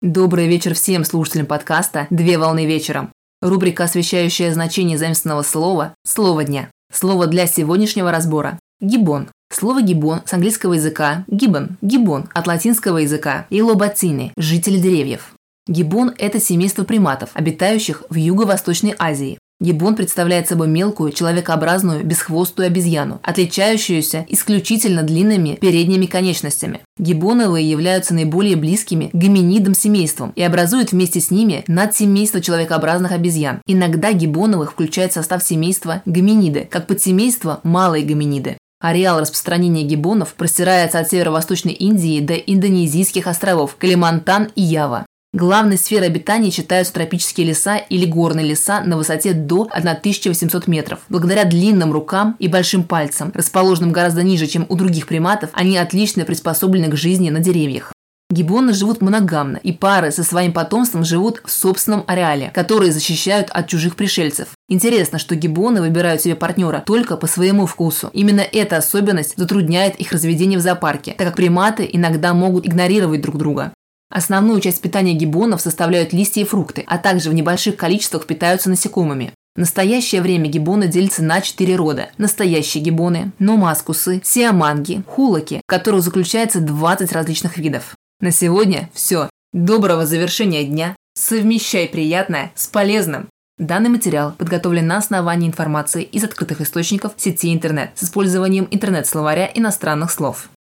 Добрый вечер всем слушателям подкаста «Две волны вечером». Рубрика, освещающая значение заимственного слова «Слово дня». Слово для сегодняшнего разбора – гиббон. Слово гиббон с английского языка гиббон от латинского языка илобацины – жители деревьев. Гиббон – это семейство приматов, обитающих в Юго-Восточной Азии. Гиббон представляет собой мелкую, человекообразную, бесхвостую обезьяну, отличающуюся исключительно длинными передними конечностями. Гиббоновые являются наиболее близкими к гоминидам семейством и образуют вместе с ними надсемейство человекообразных обезьян. Иногда гиббоновых включают в состав семейства гоминиды, как подсемейство малые гоминиды. Ареал распространения гиббонов простирается от северо-восточной Индии до Индонезийских островов Калимантан и Ява. Главной сферой обитания считаются тропические леса или горные леса на высоте до 1800 метров. Благодаря длинным рукам и большим пальцам, расположенным гораздо ниже, чем у других приматов, они отлично приспособлены к жизни на деревьях. Гиббоны живут моногамно, и пары со своим потомством живут в собственном ареале, который защищают от чужих пришельцев. Интересно, что гиббоны выбирают себе партнера только по своему вкусу. Именно эта особенность затрудняет их разведение в зоопарке, так как приматы иногда могут игнорировать друг друга. Основную часть питания гиббонов составляют листья и фрукты, а также в небольших количествах питаются насекомыми. В настоящее время гиббоны делятся на 4 рода. Настоящие гиббоны, номаскусы, сиаманги, хулаки, в которых заключается 20 различных видов. На сегодня все. Доброго завершения дня. Совмещай приятное с полезным. Данный материал подготовлен на основании информации из открытых источников сети интернет с использованием интернет-словаря иностранных слов.